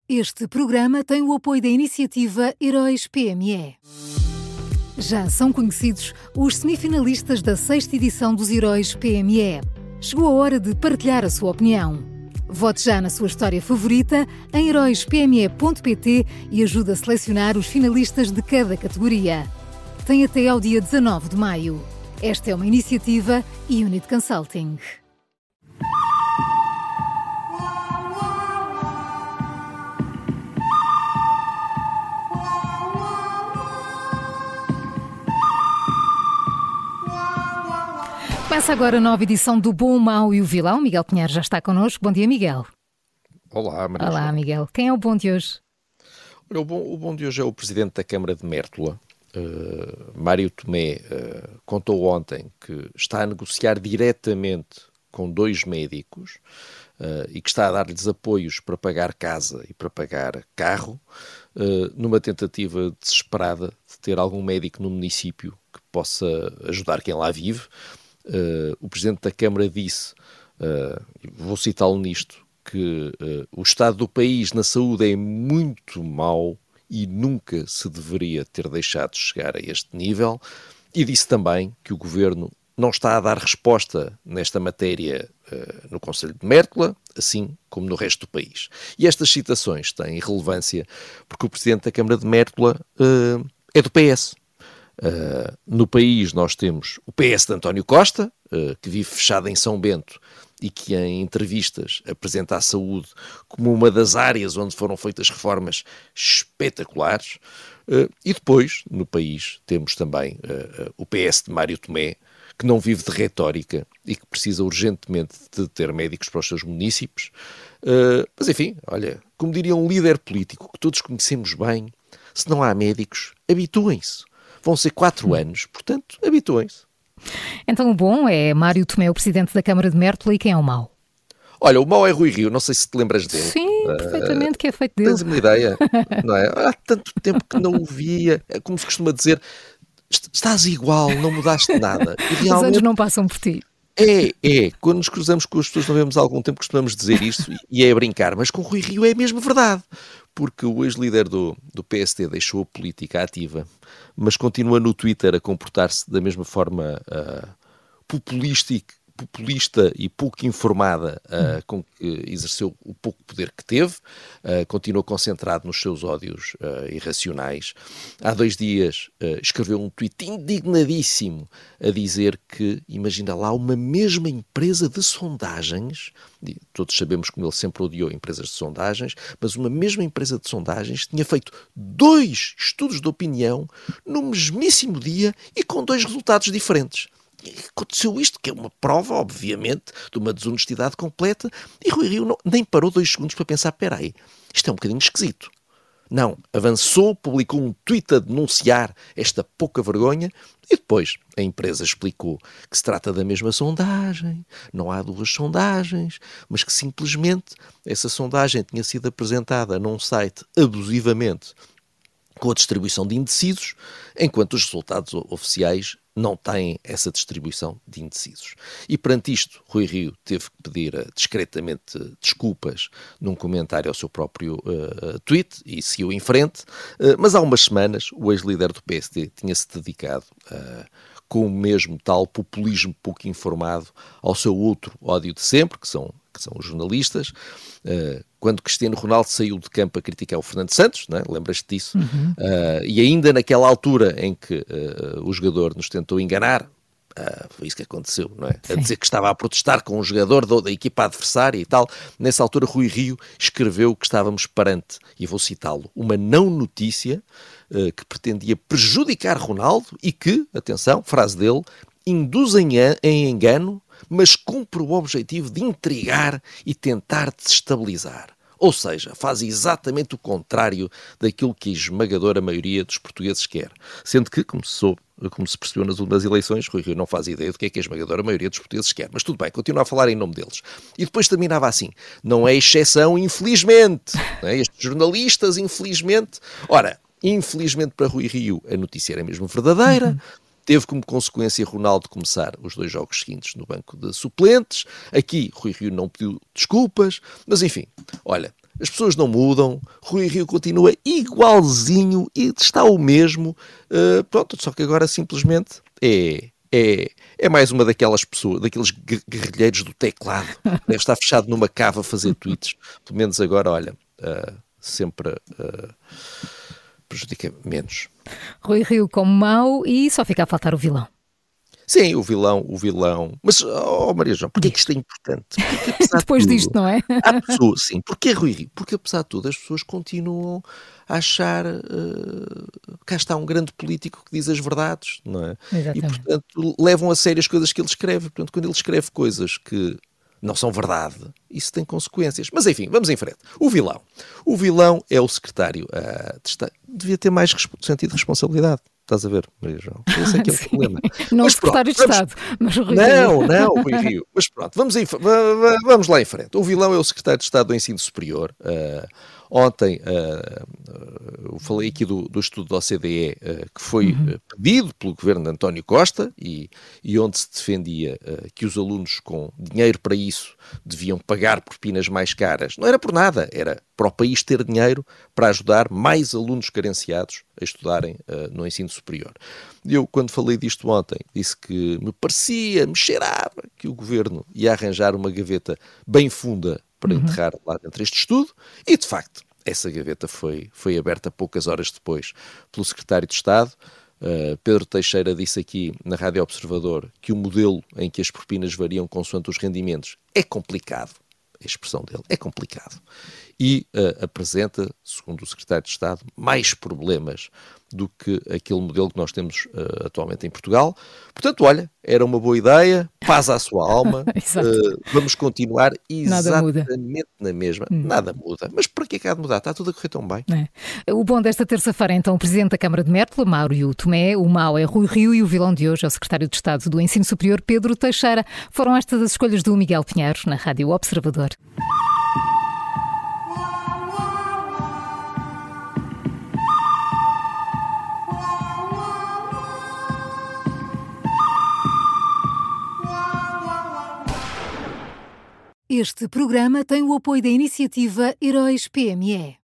Este programa tem o apoio da iniciativa Heróis PME. Já são conhecidos os semifinalistas da 6ª edição dos Heróis PME. Chegou a hora de partilhar a sua opinião. Vote já na sua história favorita em heróispme.pt e ajude a selecionar os finalistas de cada categoria. Tem até ao dia 19 de maio. Esta é uma iniciativa Unit Consulting. Começa agora a nova edição do Bom, o Mau e o Vilão. Miguel Pinheiro já está connosco. Bom dia, Miguel. Olá, Maria. Olá, Miguel. Quem é o bom de hoje? Olha, o bom de hoje é o Presidente da Câmara de Mértola. Mário Tomé contou ontem que está a negociar diretamente com 2 médicos e que está a dar-lhes apoios para pagar casa e para pagar carro, numa tentativa desesperada de ter algum médico no município que possa ajudar quem lá vive. O Presidente da Câmara disse, vou citá-lo nisto, que o estado do país na saúde é muito mau e nunca se deveria ter deixado chegar a este nível, e disse também que o Governo não está a dar resposta nesta matéria no Concelho de Mértola, assim como no resto do país. E estas citações têm relevância porque o Presidente da Câmara de Mértola é do PS. No país nós temos o PS de António Costa, que vive fechado em São Bento e que em entrevistas apresenta a saúde como uma das áreas onde foram feitas reformas espetaculares. E depois, no país, temos também o PS de Mário Tomé, que não vive de retórica e que precisa urgentemente de ter médicos para os seus municípios. Mas enfim, olha, como diria um líder político que todos conhecemos bem, se não há médicos, habituem-se. Vão ser 4 anos, portanto, habituem-se. Então o bom é Mário Tomé, o Presidente da Câmara de Mértola, e quem é o mau? Olha, o mau é Rui Rio, não sei se te lembras dele. Sim, perfeitamente, que é feito dele. Tens uma ideia, não é? Há tanto tempo que não o via, é como se costuma dizer, estás igual, não mudaste nada. E realmente, os anos não passam por ti. Quando nos cruzamos com as pessoas não vemos há algum tempo, costumamos dizer isto e é a brincar, mas com Rui Rio é mesmo verdade, porque o ex-líder do PSD deixou a política ativa, mas continua no Twitter a comportar-se da mesma forma populista e pouco informada com que exerceu o pouco poder que teve, continua concentrado nos seus ódios irracionais. Há 2 dias escreveu um tweet indignadíssimo a dizer que, imagina lá, uma mesma empresa de sondagens, todos sabemos como ele sempre odiou empresas de sondagens, mas uma mesma empresa de sondagens tinha feito 2 estudos de opinião no mesmíssimo dia e com 2 resultados diferentes. E aconteceu isto, que é uma prova, obviamente, de uma desonestidade completa, e Rui Rio nem parou 2 segundos para pensar, espera aí, isto é um bocadinho esquisito. Não, avançou, publicou um tweet a denunciar esta pouca vergonha e depois a empresa explicou que se trata da mesma sondagem, não há 2 sondagens, mas que simplesmente essa sondagem tinha sido apresentada num site abusivamente com a distribuição de indecisos, enquanto os resultados oficiais não têm essa distribuição de indecisos. E perante isto, Rui Rio teve que pedir discretamente desculpas num comentário ao seu próprio tweet e seguiu em frente, mas há umas semanas o ex-líder do PSD tinha-se dedicado com o mesmo tal populismo pouco informado ao seu outro ódio de sempre, que são os jornalistas. Quando Cristiano Ronaldo saiu de campo a criticar o Fernando Santos, não é? Lembras-te disso? E ainda naquela altura em que o jogador nos tentou enganar, foi isso que aconteceu, não é? Sim. A dizer que estava a protestar com um jogador da equipa adversária e tal. Nessa altura, Rui Rio escreveu que estávamos perante, e vou citá-lo, uma não-notícia que pretendia prejudicar Ronaldo e que, atenção, frase dele, induz em engano, mas cumpre o objetivo de intrigar e tentar desestabilizar. Ou seja, faz exatamente o contrário daquilo que a esmagadora maioria dos portugueses quer. Sendo que, como se percebeu nas últimas eleições, Rui Rio não faz ideia do que é que a esmagadora maioria dos portugueses quer. Mas tudo bem, continua a falar em nome deles. E depois terminava assim, não é exceção, infelizmente. Não é? Estes jornalistas, infelizmente... Ora, infelizmente para Rui Rio, a notícia era mesmo verdadeira. Teve como consequência Ronaldo começar os 2 jogos seguintes no banco de suplentes. Aqui Rui Rio não pediu desculpas, mas enfim, olha, As pessoas não mudam, Rui Rio continua igualzinho e está o mesmo. Pronto, só que agora simplesmente é mais uma daquelas pessoas, daqueles guerrilheiros do teclado. Deve estar fechado numa cava a fazer tweets. Pelo menos agora, olha, sempre prejudica menos. Rui Rio como mau e só fica a faltar o vilão. Sim, o vilão. Mas, Maria João, porquê que isto é importante? Porque, depois disto, não é? Há pessoas, sim, porquê Rui Rio? Porque, apesar de tudo, as pessoas continuam a achar cá está um grande político que diz as verdades, não é? Exatamente. E, portanto, levam a sério as coisas que ele escreve. Portanto, quando ele escreve coisas que não são verdade, isso tem consequências. Mas, enfim, vamos em frente. O vilão é o secretário de Estado. Devia ter mais sentido de responsabilidade. Estás a ver, Maria João? Esse é que é o problema. Não o secretário de Estado, mas o Rui Rio. Não, Rui Rio. Mas pronto, vamos lá em frente. O vilão é o secretário de Estado do Ensino Superior. Ontem, eu falei aqui do estudo da OCDE, que foi pedido pelo governo de António Costa e onde se defendia que os alunos com dinheiro para isso deviam pagar propinas mais caras. Não era por nada, era para o país ter dinheiro para ajudar mais alunos carenciados a estudarem no ensino superior. Eu, quando falei disto ontem, disse que me cheirava que o governo ia arranjar uma gaveta bem funda para enterrar lá dentro este estudo, e de facto essa gaveta foi aberta poucas horas depois pelo secretário de Estado. Pedro Teixeira disse aqui na Rádio Observador que o modelo em que as propinas variam consoante os rendimentos é complicado, a expressão dele é complicado, e apresenta, segundo o secretário de Estado, mais problemas do que aquele modelo que nós temos atualmente em Portugal. Portanto, olha, era uma boa ideia, paz à sua alma, vamos continuar exatamente na mesma. Nada muda. Mas para que há de mudar? Está tudo a correr tão bem. O bom desta terça-feira é então o Presidente da Câmara de Mértola, Mário Tomé, o mau é Rui Rio e o vilão de hoje é o Secretário de Estado do Ensino Superior, Pedro Teixeira. Foram estas as escolhas do Miguel Pinheiro na Rádio Observador. Este programa tem o apoio da iniciativa Heróis PME.